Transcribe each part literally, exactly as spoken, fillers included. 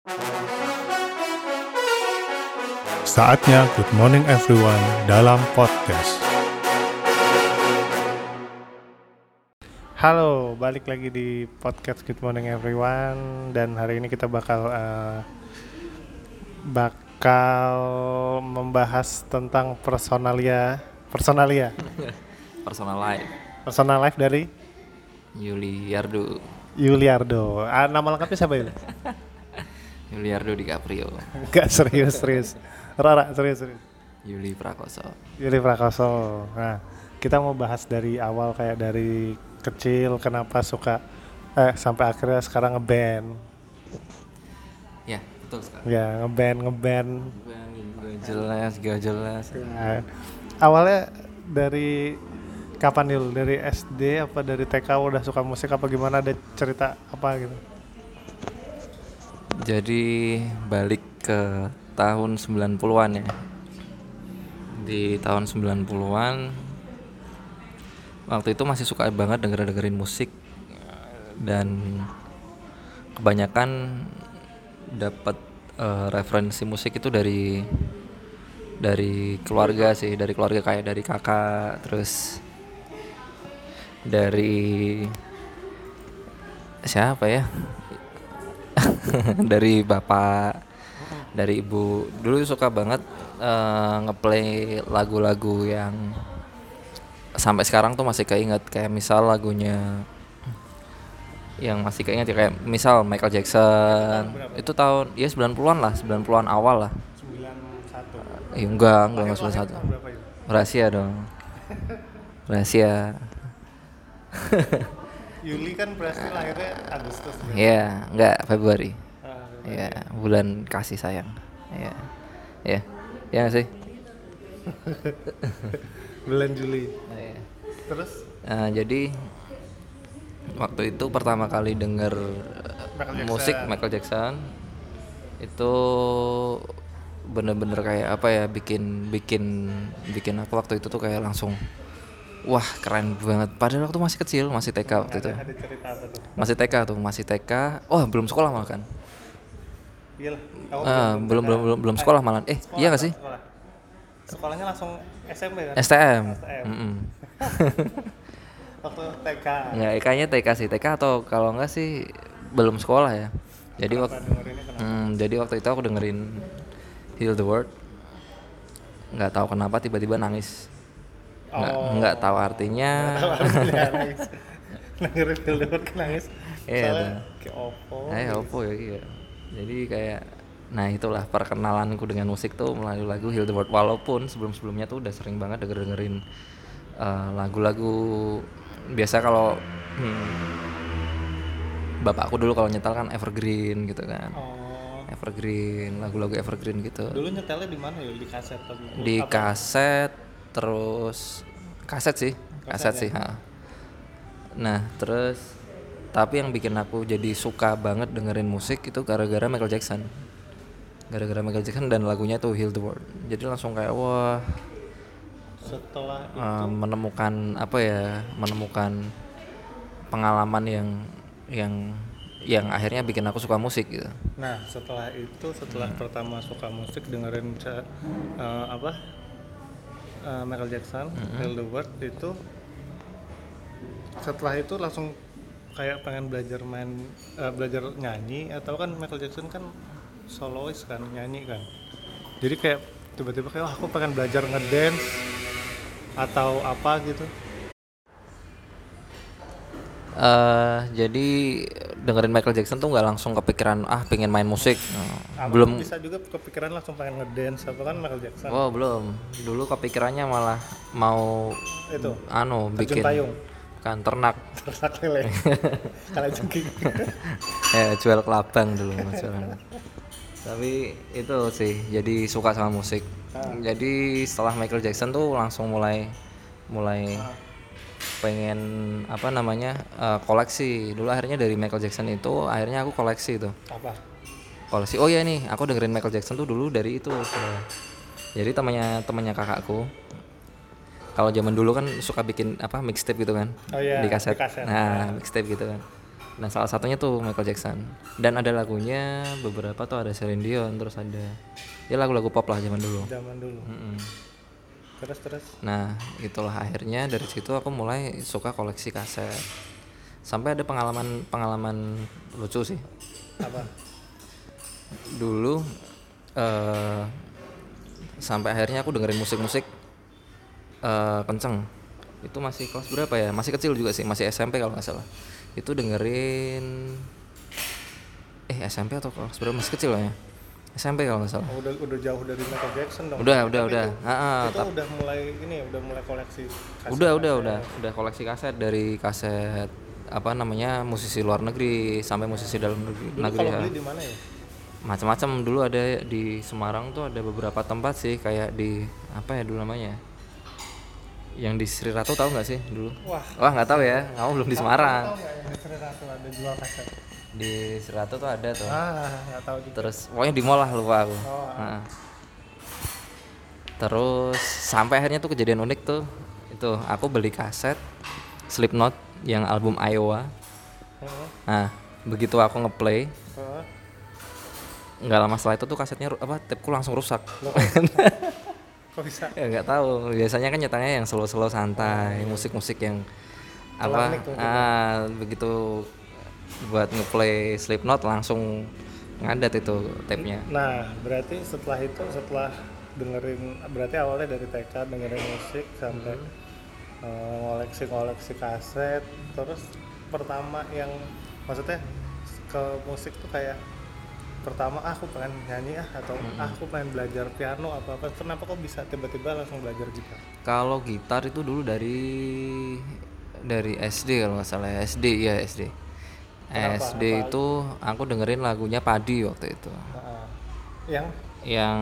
Saatnya Good Morning Everyone dalam podcast. Halo, balik lagi di podcast Good Morning Everyone. Dan hari ini kita bakal uh, bakal membahas tentang personalia personalia Personal life personal life dari Yuliardo Yuliardo. Ah, nama lengkapnya siapa itu? Yuliardo DiCaprio. Enggak, serius serius. Rara serius serius. Yuli Prakoso. Yuli Prakoso. Nah, kita mau bahas dari awal, kayak dari kecil kenapa suka eh sampai akhirnya sekarang ngeband. Ya, betul sekali. Ya, ngeband ngeband. Gak jelas, gak jelas. Nah, awalnya dari kapan Yul? Dari S D apa dari T K udah suka musik apa gimana? Ada cerita apa gitu? Jadi balik ke tahun sembilan puluhan ya. Di tahun sembilan puluhan waktu itu masih suka banget denger-dengerin musik, dan kebanyakan dapat uh, referensi musik itu dari dari keluarga sih, dari keluarga kayak dari kakak, terus dari siapa ya? Dari bapak, dari ibu. Dulu suka banget uh, ngeplay lagu-lagu yang sampai sekarang tuh masih keinget, kayak misal lagunya yang masih keinget ya, kayak misal Michael Jackson. Itu tahun ya sembilan puluhan lah, sembilan puluhan awal lah. sembilan puluh satu. Eh, enggak, enggak enggak sembilan puluh satu. Berapa itu? Rahasia dong. Rahasia. Yuli kan berarti lahirnya Agustus ya? Iya, enggak Februari. Ah, Iya, bulan kasih sayang. Iya. Iya. Iya enggak sih? bulan Juli. Iya. Terus Nah, jadi waktu itu pertama kali denger Michael Jackson. musik Michael Jackson itu bener-bener kayak apa ya, bikin bikin bikin aku waktu itu tuh kayak langsung wah keren banget. Padahal waktu masih kecil, masih T K waktu ada, itu. ada cerita apa tuh? Masih T K tuh, masih T K. Oh, belum sekolah malah kan? Iyalah. Oh, Ah, belum belum belum belum sekolah malah. Eh, Sekolah, iya enggak sih? Sekolah. Sekolahnya langsung S M P kan? S T M. S T M. Mm-mm. Waktu T K. Ya, kayaknya T K sih, T K atau kalau enggak sih belum sekolah ya. Jadi waktu hmm, jadi waktu itu aku dengerin Heal the World. Nggak tahu kenapa tiba-tiba nangis. Nggak Oh. nggak tahu artinya. Nggak tahu artinya nangis. Dengerin Heal the World nangis. Iya, Soalnya tuh. kayak opo. Eh, opo ya iya. Jadi kayak nah itulah perkenalanku dengan musik tuh melalui lagu Heal the World, walaupun sebelum-sebelumnya tuh udah sering banget denger-dengerin uh, lagu-lagu biasa. Kalau hmm, bapakku dulu kalau nyetel kan evergreen gitu kan. Oh. Evergreen, lagu-lagu evergreen gitu. Dulu nyetelnya di mana ya? Di kaset atau Di apa? kaset, terus kaset sih, kaset, Kaset sih. Ha. Nah terus tapi yang bikin aku jadi suka banget dengerin musik itu gara-gara Michael Jackson. Gara-gara Michael Jackson dan lagunya tuh Heal the World. Jadi langsung kayak wah, Setelah itu uh, menemukan apa ya, menemukan pengalaman yang yang yang akhirnya bikin aku suka musik gitu. Nah, setelah itu, setelah hmm. pertama suka musik, dengerin uh, apa uh, Michael Jackson, mm-hmm. Heal the World itu, setelah itu langsung kayak pengen belajar main, uh, belajar nyanyi, atau kan Michael Jackson kan solois kan, nyanyi kan. Jadi kayak tiba-tiba kayak, wah aku pengen belajar ngedance atau apa gitu. Uh, jadi dengerin Michael Jackson tuh nggak langsung kepikiran ah pengen main musik. Uh, belum bisa juga kepikiran langsung pengen ngedance apa kan Michael Jackson. Oh belum, dulu kepikirannya malah mau itu anu bikin payung. Kan ternak ternak lele kalau jengking ya jual kelabang dulu jualan. Tapi itu sih jadi suka sama musik. Ah. Jadi setelah Michael Jackson tuh langsung mulai mulai ah. pengen apa namanya uh, koleksi. Dulu akhirnya dari Michael Jackson itu akhirnya aku koleksi tuh. Apa? Koleksi. Oh ya nih, aku dengerin Michael Jackson tuh dulu dari itu. Jadi temannya temannya kakakku. Kalau zaman dulu kan suka bikin apa mixtape gitu kan. Oh iya, di kaset. di kaset. Nah, mixtape gitu kan. Nah salah satunya tuh Michael Jackson. Dan ada lagunya beberapa tuh ada Celine Dion, terus ada ya lagu-lagu pop lah zaman dulu. Zaman dulu. Mm-mm. Terus terus. Nah itulah akhirnya dari situ aku mulai suka koleksi kaset. Sampai ada pengalaman pengalaman lucu sih. Apa? Dulu eh sampai akhirnya aku dengerin musik-musik eh kenceng. Itu masih kelas berapa ya? Masih kecil juga sih, masih S M P kalau nggak salah. Itu dengerin eh S M P atau kelas berapa, masih kecil lah ya. S M P kalau nggak salah. Oh, udah udah jauh dari Michael Jackson dong. Udah, udah, Tapi udah. Itu, Heeh, itu tap- udah mulai ini ya, udah mulai koleksi kaset. udah, udah, udah, udah koleksi kaset dari kaset apa namanya musisi luar negeri sampai musisi dalam negeri. Dulu negeri kalau ya. beli di mana ya? Macam-macam dulu ada di Semarang tuh ada beberapa tempat sih kayak di apa ya dulu namanya? Yang di Sri Ratu tahu nggak sih dulu? Wah. Wah nggak tahu ya, kamu belum di Semarang. Tahu nggak yang di Sri Ratu ada jual kaset? Di Sri Ratu tuh ada tuh. Ah, nggak tahu juga. Terus pokoknya di mall lah lupa aku. Oh, Nah. Terus sampai akhirnya tuh kejadian unik tuh. Itu aku beli kaset Slipknot yang album Iowa. Heeh. Nah, begitu aku ngeplay, Heeh. nggak lama setelah itu tuh kasetnya ru- apa tapeku langsung rusak. Loh, kok bisa? Ya nggak tahu. Biasanya kan nyatanya yang slow-slow santai, musik-musik yang apa? Klinik mungkin Ah, begitu buat ngeplay Slipknot langsung ngadat itu tape-nya. Nah, berarti setelah itu, setelah dengerin, berarti awalnya dari T K dengerin musik sampai eh, ngoleksi-ngoleksi kaset, terus pertama yang maksudnya ke musik tuh kayak pertama ah, aku pengen nyanyi ah atau ah, aku pengen belajar piano apa apa, kenapa kok bisa tiba-tiba langsung belajar gitar? Kalau gitar itu dulu dari dari S D kalau nggak salah ya. S D ya S D. Kenapa? S D itu aku dengerin lagunya Padi waktu itu. Nah, yang Yang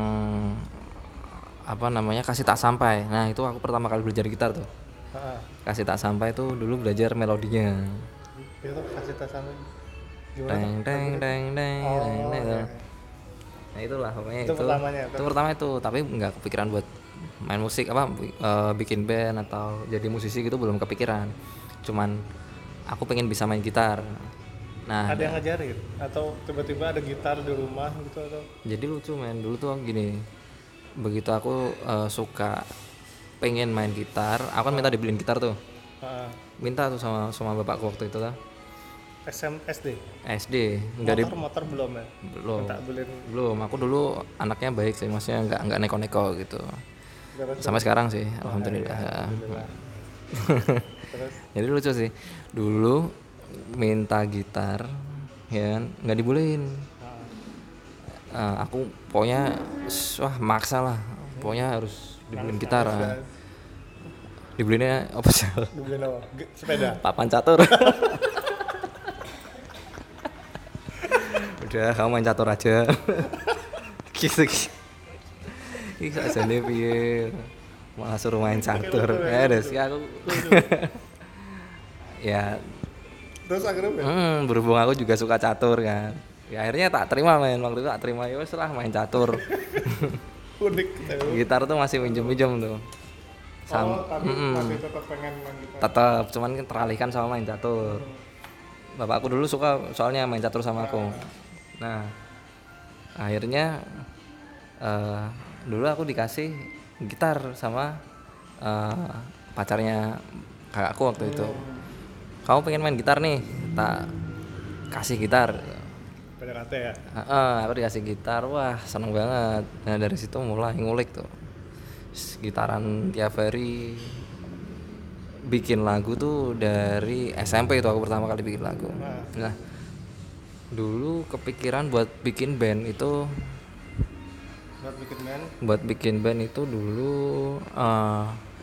apa namanya Kasih Tak Sampai. Nah, itu aku pertama kali belajar gitar tuh. ah, Kasih Tak Sampai itu dulu belajar melodinya. itu kasih tasan gimana? Deng deng deng deng Oh, deng deng. oke. Nah, itulah pokoknya Itu itu. pertamanya, Itu pertama itu, tapi nggak kepikiran buat main musik apa bi- eh, bikin band atau jadi musisi gitu belum kepikiran. Cuman aku pengen bisa main gitar. Nah, Ada yang ngajarin atau tiba-tiba ada gitar di rumah gitu atau? jadi lucu men, dulu tuh gini, begitu aku eh, suka pengen main gitar, aku kan minta dibeliin gitar tuh, Ah, minta tuh sama sama bapakku waktu itu lah. S M S D. S D nggak di Motor motor belum ya? belum Minta beliin belum, aku dulu anaknya baik sih, maksudnya nggak nggak neko-neko gitu, terus. sampai sekarang sih, alhamdulillah. Alhamdulillah. Terus Jadi lucu sih, dulu minta gitar, ya kan, nggak dibolehin. ah, Eh, aku pokoknya s- wah maksa lah, pokoknya harus dibeliin gitar. nangis ah. kan? Dibeliinnya apa sih? Dibeliin apa? Ge- Sepeda. Papan catur. Udah kamu main catur aja. Gitu. Ih sakjane piye? Malah suruh main catur. Ya deh sih aku. Ya, Terus akhirnya hmm, berhubung aku juga suka catur kan. Ya akhirnya tak terima main waktu itu tak terima ya wes lah main catur. unik gitu. Gitar tuh masih minjem-minjem tuh. Sam, Oh, tapi mm-mm. masih tetap pengen main gitar. tetap cuman kan teralihkan sama main catur. Bapakku dulu suka soalnya main catur sama aku. Nah, akhirnya eh, dulu aku dikasih gitar sama eh, pacarnya kakakku waktu itu. Kamu pengen main gitar nih, tak kasih gitar. P D K T ya. Heeh, aku dikasih gitar, wah seneng banget. Nah dari situ mulai ngulik tuh, S- gitaran tiap hari. Bikin lagu tuh dari S M P itu aku pertama kali bikin lagu. Nah dulu kepikiran buat bikin band itu, Buat bikin band. buat bikin band itu dulu eh,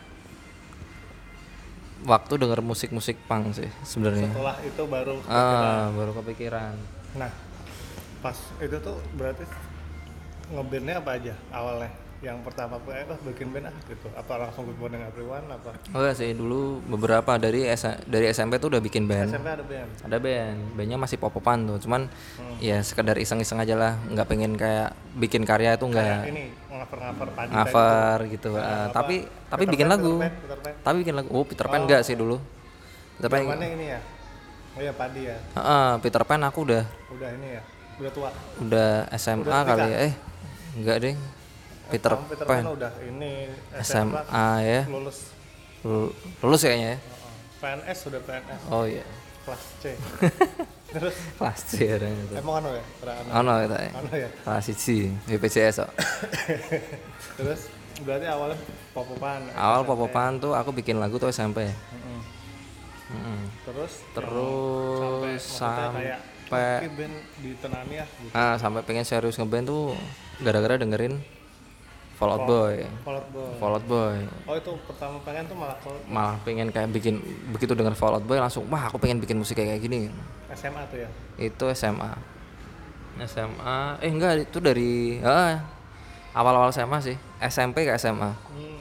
waktu denger musik-musik punk sih sebenarnya. Setelah itu baru kepikiran. Ah, baru kepikiran. Nah, pas itu tuh berarti ngebandnya apa aja awalnya? Yang pertama aku eh oh, bikin band ah gitu. Apa langsung Good Morning Everyone apa? Enggak sih, dulu beberapa dari S- dari S M P tuh udah bikin band. S M P ada band. Ada band, bandnya masih pop-popan tuh, cuman ya sekedar iseng-iseng aja lah, nggak pengen kayak bikin karya itu Kayak nggak ini cover-cover padi cover gitu. Kayak Ah, apa? tapi tapi Peter bikin Pan, lagu, Peter Pan, Peter Pan. tapi bikin lagu. Oh Peter Pan enggak sih dulu. Peter Pan Zamannya ini ya. Oh iya Padi ya. Heeh, Peter Pan aku udah Udah ini ya. Udah tua. udah S M A Udah kali nikah? ya. Eh, enggak deh. Peter Kamu Peter Pan Pan udah ini S M S M A A ya. lulus. Lul- Lulus kayaknya ya. Oh, oh. P N S sudah P N S Oh iya. kelas C. Terus Kelas C ada itu. emang anu ya? Peraan Ono kita ya. anu ya. Kelas siji B P J S kok. Terus berarti awalnya pop-popan. Awal S M P. pop-popan tuh aku bikin lagu tuh S M P. Mm-mm. Mm-mm. Terus Terus sampai, sampai kayak band di Tenani ya gitu. ah sampai pengen serius ngeband tuh gara-gara dengerin Fall Out Boy. Fall Out Boy. Fall Out Boy. Oh itu pertama pengen tuh malah Fall Out Malah pengen kayak bikin begitu denger Fall Out Boy langsung wah aku pengen bikin musik kayak gini. S M A tuh ya. Itu S M A. S M A eh enggak itu dari ah, awal-awal S M A sih. S M P ke S M A. Hmm.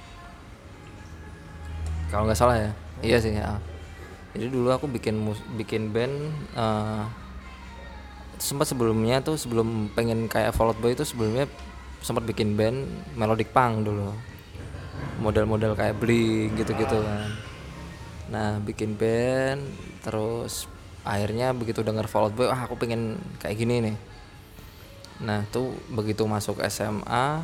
Kalau nggak salah ya. Iya sih ya. Jadi dulu aku bikin mus- bikin band eh, sempat sebelumnya tuh sebelum pengen kayak Fall Out Boy itu sebelumnya sempat bikin band melodic punk dulu. Model-model kayak Blink gitu-gitu kan. Nah, bikin band terus akhirnya begitu denger Fall Out Boy, ah aku pengen kayak gini nih. Nah, tuh begitu masuk S M A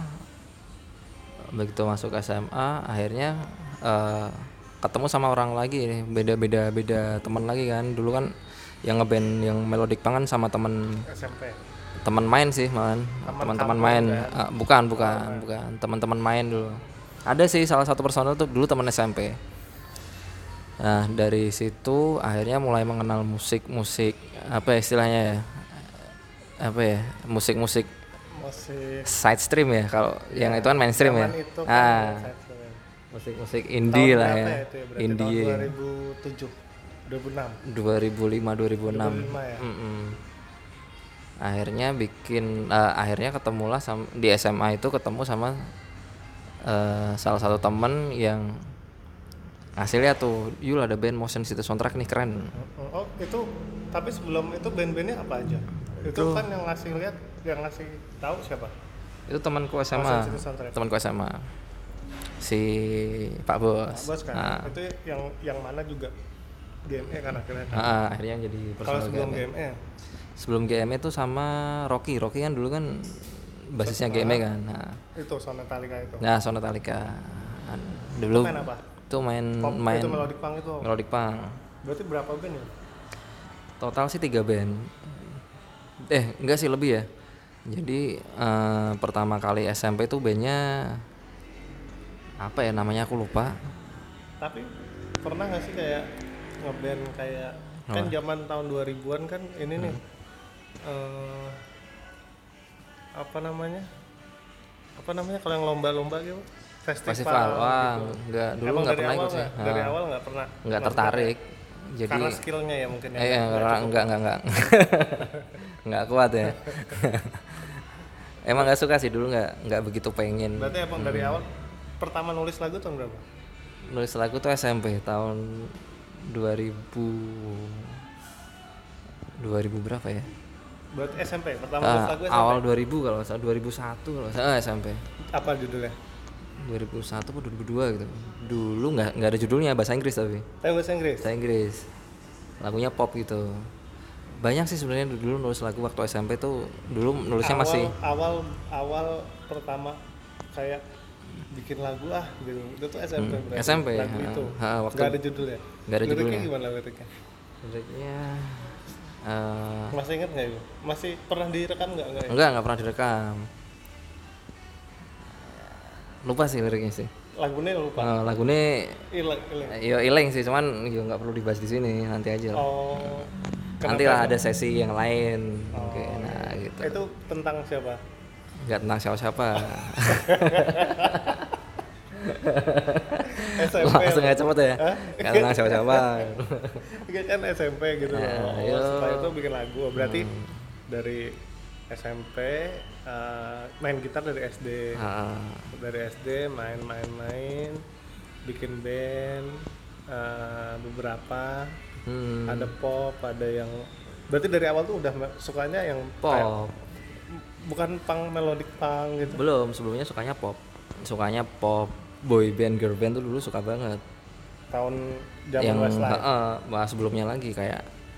begitu masuk S M A akhirnya eh, ketemu sama orang lagi nih, beda-beda beda teman lagi kan. Dulu kan yang ngeband yang melodic punk kan sama temen S M P. teman main sih man Teman teman-teman kampung main kan? Ah, bukan bukan bukan teman-teman main dulu ada sih salah satu personel tuh dulu teman S M P. Nah dari situ akhirnya mulai mengenal musik musik apa ya istilahnya ya apa ya musik-musik Masih side stream ya kalau yang itu kan mainstream ya. zaman itu kan Ah saya keren. musik-musik indie Tahun lah berapa ya, itu ya berarti? indie Tahun dua ribu tujuh, dua ribu enam. dua ribu lima dua ribu enam. dua ribu lima ya? Mm-mm. Akhirnya bikin eh, akhirnya ketemulah sama, di S M A itu ketemu sama eh, salah satu temen yang hasilnya tuh yul ada band motion city soundtrack nih keren. Oh itu tapi sebelum itu band-bandnya apa aja? Itu, Itu- kan yang ngasih lihat, yang ngasih tahu siapa? Itu temanku S M A, Motion City Soundtrack. temanku S M A si Pak Bos. Pak Bos kan. Nah, Itu yang yang mana juga G M E kan akhirnya. Kan? ah, akhirnya jadi Kalau personal sebelum G M E. G M E Sebelum G M E tuh sama Rocky. Rocky kan dulu kan basisnya G M E kan. Nah, itu Sound Metallica itu. nah Sound Metallica. Dulu Main apa? itu main Pop, main itu melodic punk itu. melodic punk. Berarti berapa band ya? Total sih tiga band. Eh enggak sih lebih ya. Jadi eh, pertama kali S M P tuh bandnya apa ya namanya aku lupa. Tapi pernah nggak sih kayak ngeband kayak kan Apa? zaman tahun dua ribuan kan ini nih Hmm. eh, apa namanya? Apa namanya kalau yang lomba-lomba gitu? Festival, Festival. Wah, gitu. enggak dulu Emang enggak dari pernah awal ikut sih. nggak- Dari Ah, awal nggak pernah. enggak Maksudnya tertarik. kayak- Jadi karena skillnya ya mungkin ya. eh, nggak enggak, cukup. enggak enggak enggak. Enggak kuat ya. Emang enggak suka sih dulu enggak enggak begitu pengen. Berarti emang dari awal pertama nulis lagu tahun berapa? Nulis lagu tuh S M P tahun dua ribu dua ribu berapa ya? Berarti S M P pertama Ah, nulis lagu S M P. awal dua ribu kalau nggak salah dua ribu satu kalau nggak salah ah, S M P Apa judulnya? dua ribu satu atau dua ribu dua gitu. Dulu nggak nggak ada judulnya bahasa Inggris tapi Tapi bahasa Inggris. bahasa Inggris. Lagunya pop gitu. Banyak sih sebenarnya dulu nulis lagu waktu S M P tuh dulu nulisnya awal, masih awal awal pertama kayak bikin lagu ah gitu itu tuh S M P Hmm, berarti S M P, lagu ha, itu ha, waktu- nggak ada judulnya nggak ada liriknya judulnya. gimana liriknya liriknya eh, masih inget nggak itu masih pernah direkam nggak nggak ya? enggak enggak pernah direkam. Lupa sih liriknya sih. lagunya lupa Eh, lagunya ileng ileng ya ileng sih cuman ya nggak perlu dibahas di sini nanti aja lah. oh Nanti kenapa lah emang? ada sesi yang lain. Oh, Oke, nah gitu. itu tentang siapa Nggak tentang siapa-siapa. S M P Langsung aja cepet ya. Hah? Nggak tentang siapa-siapa. Iya kan S M P gitu Nah, loh. iya. Setelah itu bikin lagu. Berarti Hmm. dari S M P eh, main gitar dari S D. Ah, Dari S D main-main-main bikin band eh, beberapa hmm, ada pop, ada yang berarti dari awal tuh udah me- sukanya yang kayak- pop. bukan punk melodic punk gitu. Belum, sebelumnya sukanya pop. Sukanya pop, boy band, girl band tuh dulu suka banget. Tahun zaman yang Westlife. heeh, bahas sebelumnya lagi kayak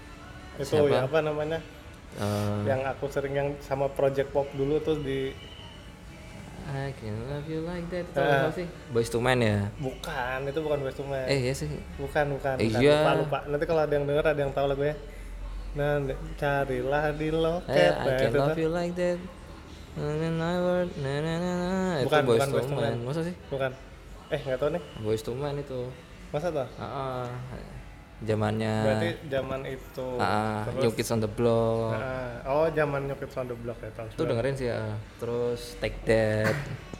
Itu Siapa? ya apa namanya? Eh, Yang aku sering yang sama Project Pop dulu tuh di I can love you like that. Itu Ah. apa sih? Boyz II Men ya? bukan, itu bukan Boyz II Men. Eh iya sih. Bukan, bukan, Eh, bukan. iya. Lupa, lupa. Nanti kalau ada yang denger, ada yang tahu lagunya. Nah, carilah di Eh, loket. I Nah, can itu love tuh. you like that. Na na na word, na na na na. Itu Bukan, Boyz bukan II Boyz II Men. Men. Masa sih? Bukan. Eh, nggak tahu nih. Boyz II Men itu. Masa tuh? Ah, zamannya Berarti zaman itu. ah, Terus, New Kids on the Block. ah, oh, zaman New Kids on the Block ya, tahun Itu dengerin sih ya. Terus Take That.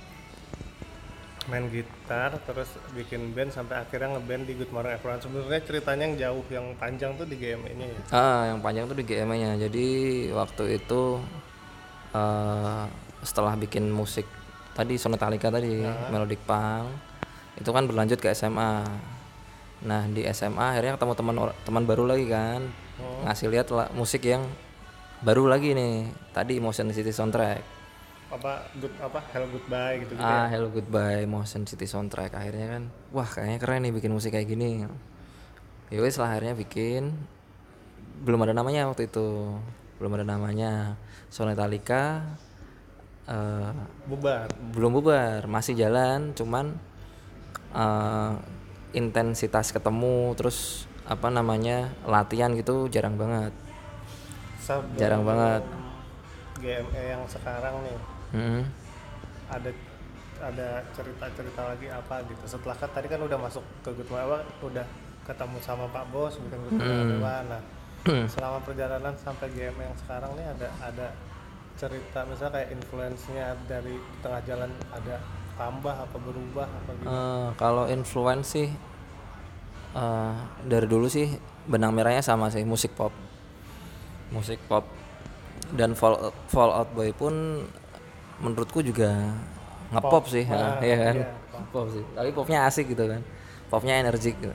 main gitar terus bikin band sampai akhirnya ngeband di Good Morning Everyone. Sebenarnya ceritanya yang jauh yang panjang tuh di G M E-nya ya. Ah, yang panjang tuh di G M A-nya. Jadi waktu itu eh, setelah bikin musik tadi Sonatalika tadi, Melodic Punk, itu kan berlanjut ke S M A. Nah, di S M A akhirnya ketemu teman or- teman baru lagi kan. Ngasih lihat lah musik yang baru lagi nih. Tadi Motion City Soundtrack. Apa good apa Hello Goodbye gitu gitu Ah, ya. Hello Goodbye Motion City Soundtrack. Akhirnya kan, wah kayaknya keren nih bikin musik kayak gini. Yowes lah akhirnya bikin. Belum ada namanya waktu itu, belum ada namanya. Sonatalika eh, Bubar. belum bubar, masih jalan, cuman eh, intensitas ketemu terus apa namanya latihan gitu jarang banget, Sebelum jarang banget. G M E yang sekarang nih Mm-mm. ada ada cerita-cerita lagi apa gitu. Setelah kan tadi kan udah masuk ke Good Morning Everyone, udah ketemu sama Pak Bos bikin Good Morning Everyone. Nah, selama perjalanan sampai G M E yang sekarang nih ada ada cerita misalnya kayak influence-nya dari tengah jalan ada tambah apa berubah apa gitu. Eh, kalau influence sih eh, dari dulu sih benang merahnya sama sih, musik pop, musik pop. Dan Fall, Fall Out Boy pun menurutku juga ngepop sih, Ah, ya kan, iya, pop sih. Tapi popnya asik gitu kan, popnya energik gitu.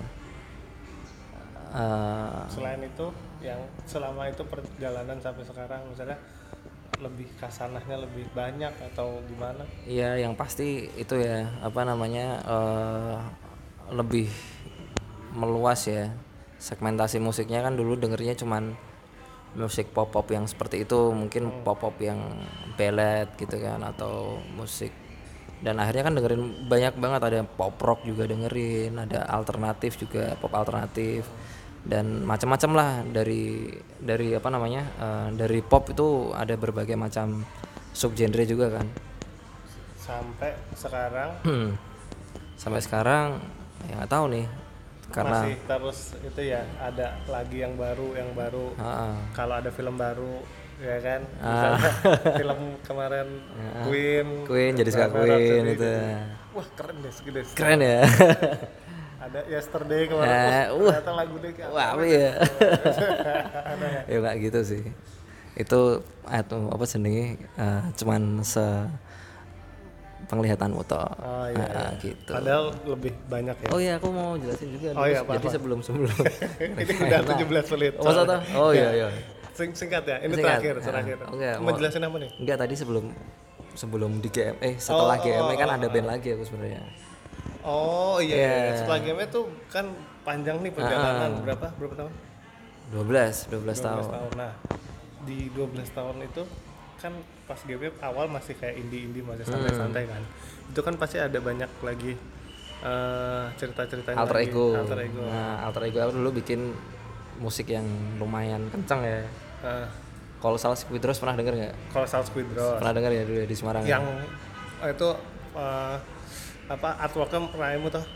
Eh, Selain itu yang selama itu perjalanan sampai sekarang misalnya lebih kasanahnya lebih banyak atau gimana? Iya, yang pasti itu ya apa namanya eh, lebih meluas ya. Segmentasi musiknya kan dulu dengernya cuman musik pop pop yang seperti itu, mungkin pop pop yang ballad gitu kan, atau musik. Dan akhirnya kan dengerin banyak banget, ada pop rock juga dengerin, ada alternatif juga, pop alternatif dan macam-macam lah. Dari dari apa namanya eh, dari pop itu ada berbagai macam subgenre juga kan. Sampai sekarang Sampai sekarang ya nggak tahu nih karena masih terus itu ya ada lagi yang baru yang baru ah, ah. kalau ada film baru ya kan Ah. misalnya film kemarin Queen Queen jadi suka Bohemian Queen Rhapsody itu. wah keren deh segede Keren ya. ada Yesterday kemarin Eh, wah, wah. ternyata lagu deh kayak Wah, apa ya? Ya nggak gitu sih. Itu atau apa jenenge eh, cuman se penglihatan motor. oh iya, iya. gitu. Padahal lebih banyak ya. Oh iya, aku mau jelasin juga. Oh dulu. iya, Jadi apa-apa. sebelum sebelum. Ini udah tujuh belas menit. Oh, masa toh? Oh iya iya. Sing singkat ya. Ini Singkat. terakhir, Ah, terakhir. oke, Mau mau- jelasin apa nih? Enggak, tadi sebelum sebelum di G M eh setelah Oh, G M oh, kan oh, ada oh. band lagi aku sebenarnya. Oh iya, Iya. iya. Setelah game itu kan panjang nih perjalanan berapa berapa tahun? dua belas dua belas dua belas tahun. tahun. Nah, di dua belas tahun itu kan pas G M awal masih kayak indie-indie masih santai-santai kan. Itu kan pasti ada banyak lagi eh cerita-ceritanya Alter lagi. ego. Alter ego. Nah, alter ego aku dulu bikin musik yang lumayan kencang ya. Nah, Kalau salah Squidros pernah denger nggak? kalau South Squid Rose Pernah denger ya dulu ya di Semarang? ya? yang eh, itu eh, apa artworknya Raimu tuh?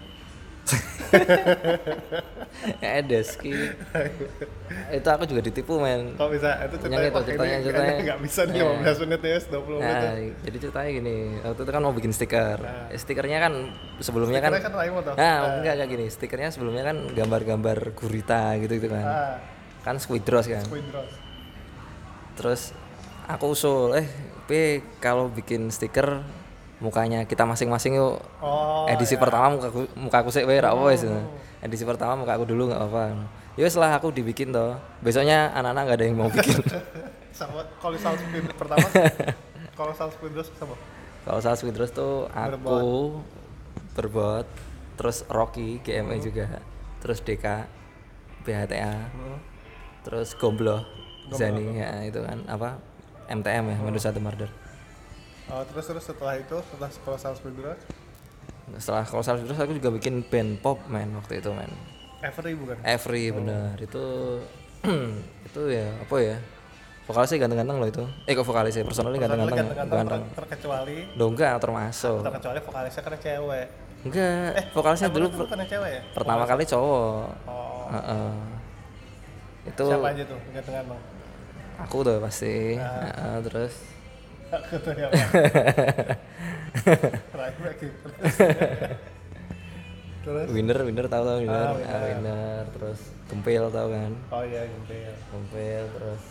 Ya Deski. Itu aku juga ditipu men. Kok bisa itu Yang ceritanya? itu, Wah, ceritanya, ini ceritanya. kayaknya nggak bisa nih Ya. lima belas menit ya, dua puluh menit. Nah, ya. jadi ceritanya gini, waktu itu kan mau bikin stiker. Eh, Stikernya kan sebelumnya kan, Karena kan Raimu tuh. nah enggak kayak gini, stikernya sebelumnya kan gambar-gambar gurita gitu gitu kan, Ah, kan Squidros kan. Squid Rose. Terus aku usul, eh, P kalau bikin stiker mukanya kita masing-masing yuk. Oh, Edisi ya. pertama muka aku, muka aku sih wae ra apa wis. Edisi pertama muka aku dulu nggak apa-apa. Ya wis lah aku dibikin toh. Besoknya anak-anak nggak ada yang mau bikin. Sama kalau South Squid pertama kalau South Squid Rose sama Kalau salah Squidros tuh aku berbot, terus Rocky G M A juga, terus D K B H T A, terus Gombloh Gombloh Zani ya itu kan apa M T M ya, Medusa The Murder. Oh, terus terus setelah itu, setelah Colossal Spiders, Setelah Colossal Spiders aku juga bikin band pop men waktu itu men. Every bukan? Every bener itu itu ya apa ya, vokalisnya ganteng-ganteng loh itu. Eh kok vokalisnya personalnya ganteng-ganteng. Ganteng-ganteng Ganteng. ter- terkecuali Loh enggak termasuk. terkecuali vokalisnya karena cewek. Enggak, Eh, vokalisnya Emang dulu itu per- bukan cewek ya? pertama kali cowok. Oh. Heeh. Itu Siapa aja tuh ganteng-ganteng? aku tuh pasti. Heeh, terus Aku tuh ya. Terakhir lagi. Terus? Winner, Winner tahu tahu Winner, Ah, ah, Winner. Winner, terus Gempil tahu kan? Oh iya, Gempil. Gempil, terus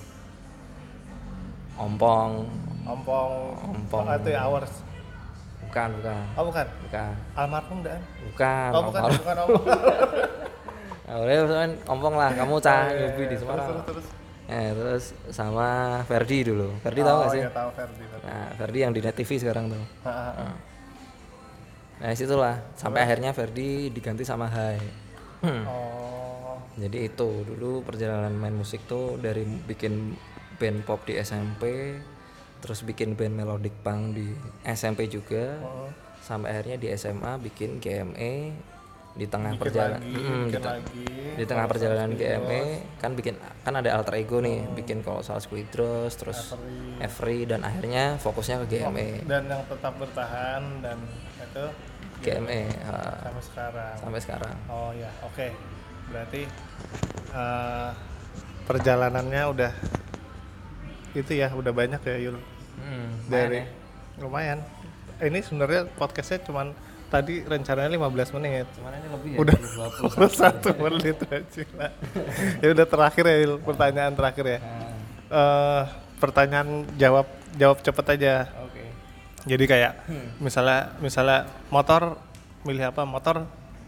Ompong, Ompong. Ompong. Oh, itu ya Hours. bukan bukan, Oh bukan. bukan, Almarhum Dan. bukan. Oh bukan, Ompong. bukan Ompong. Nah, udah kan Ompong lah, kamu cah Oh, iya, nyobi iya. di Semarang. Terus terus. terus. Eh, terus sama Ferdi dulu. Ferdi tahu Oh, nggak sih? iya, tahu Ferdi. Ferdi. Nah, Ferdi yang di Net T V sekarang tuh. Ha, ha, ha. Nah, situlah sampai akhirnya Ferdi diganti sama Hai. Hmm. Oh. Jadi itu dulu perjalanan main musik tuh dari bikin band pop di S M P, terus bikin band melodic punk di S M P juga, Oh. sampai akhirnya di S M A bikin G M E. Di tengah Bikin perjalanan lagi, Mm, di, bikin te- lagi. di tengah Colossal perjalanan G M E Squidros, kan bikin kan ada alter ego nih, bikin Colossal Squidros, terus Every. Every, dan akhirnya fokusnya ke G M E. Dan yang tetap bertahan dan itu G M E ha, sampai sekarang. sampai sekarang. Oh ya, oke. Berarti eh, perjalanannya udah itu ya, udah banyak ya Yul. Hmm, Dari ya. lumayan. Ini sebenarnya podcastnya cuman tadi rencananya lima belas menit. Cuman ini lebih ya. Udah dua puluh udah satu menit aja lah. Ya udah terakhir ya Yul, pertanyaan terakhir ya. Eh, pertanyaan jawab jawab cepet aja. Oke. Jadi kayak misalnya misalnya motor, milih apa motor?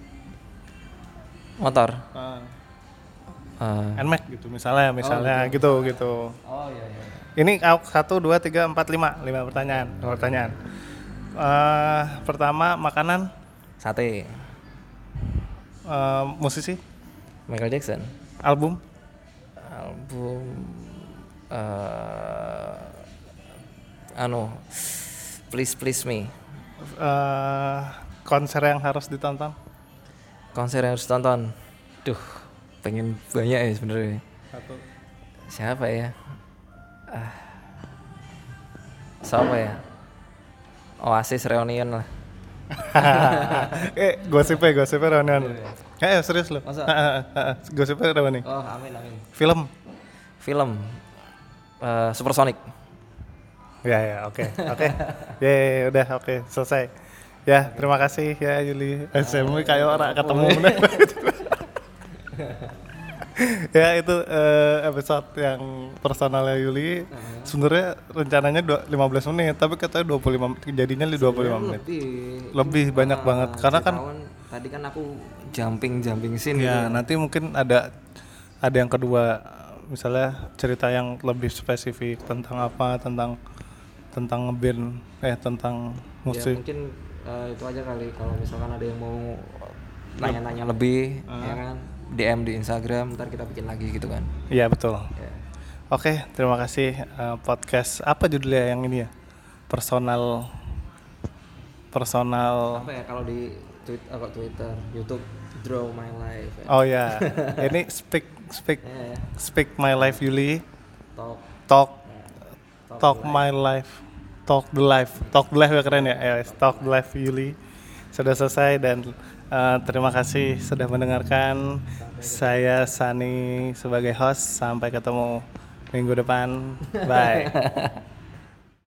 Motor. Uh, Eh, Nmax gitu misalnya misalnya Oh, gitu gitu. oh iya iya. Ini au- satu dua tiga empat lima lima pertanyaan lima pertanyaan. Eh, pertama makanan, Sate. eh, musisi, Michael Jackson. album, Album eh anu Please Please Me. eh, konser yang harus ditonton. Konser yang harus tonton. Duh, pengen banyak ya sebenarnya. Satu. Siapa ya? Ah. Siapa ya? Oasis Reunion lah. eh gosipnya gosipnya reunian. Eh serius lu? Masa? Gosipnya reunian. Oh, amin amin. Film. Film eh, Supersonic. Ya ya oke oke. Ya ya, ya, udah oke selesai. Ya terima kasih ya Yuli. S M W kayak orang ketemu bener. Ya itu eh, episode yang personalnya Yuli. Sebenarnya rencananya dua- lima belas menit tapi katanya dua puluh lima jadinya dua puluh lima menit. Lebih. Lebih banyak Ah, banget karena kan Citaun, tadi kan aku jumping jumping scene ya gitu. nanti mungkin ada ada yang kedua misalnya cerita yang lebih spesifik tentang apa tentang tentang band eh tentang Ya musik. mungkin eh, itu aja kali kalau misalkan ada yang mau nanya-nanya lebih ya kan D M di Instagram, ntar kita bikin lagi gitu kan. Iya betul. Ya. Oke, terima kasih eh, podcast apa judulnya yang ini ya? Personal personal. Apa ya kalau di tweet, oh, kok Twitter, YouTube, Draw My Life. Ya. Oh ya, ini speak speak Ya, ya. speak my life Yuli. Talk, Talk talk, talk the life. my life. Talk the life. Talk the life ya keren ya. Ya, talk the life Yuli. Sudah selesai dan eh, terima kasih sudah mendengarkan. Saya Sani sebagai host. Sampai ketemu minggu depan. Bye.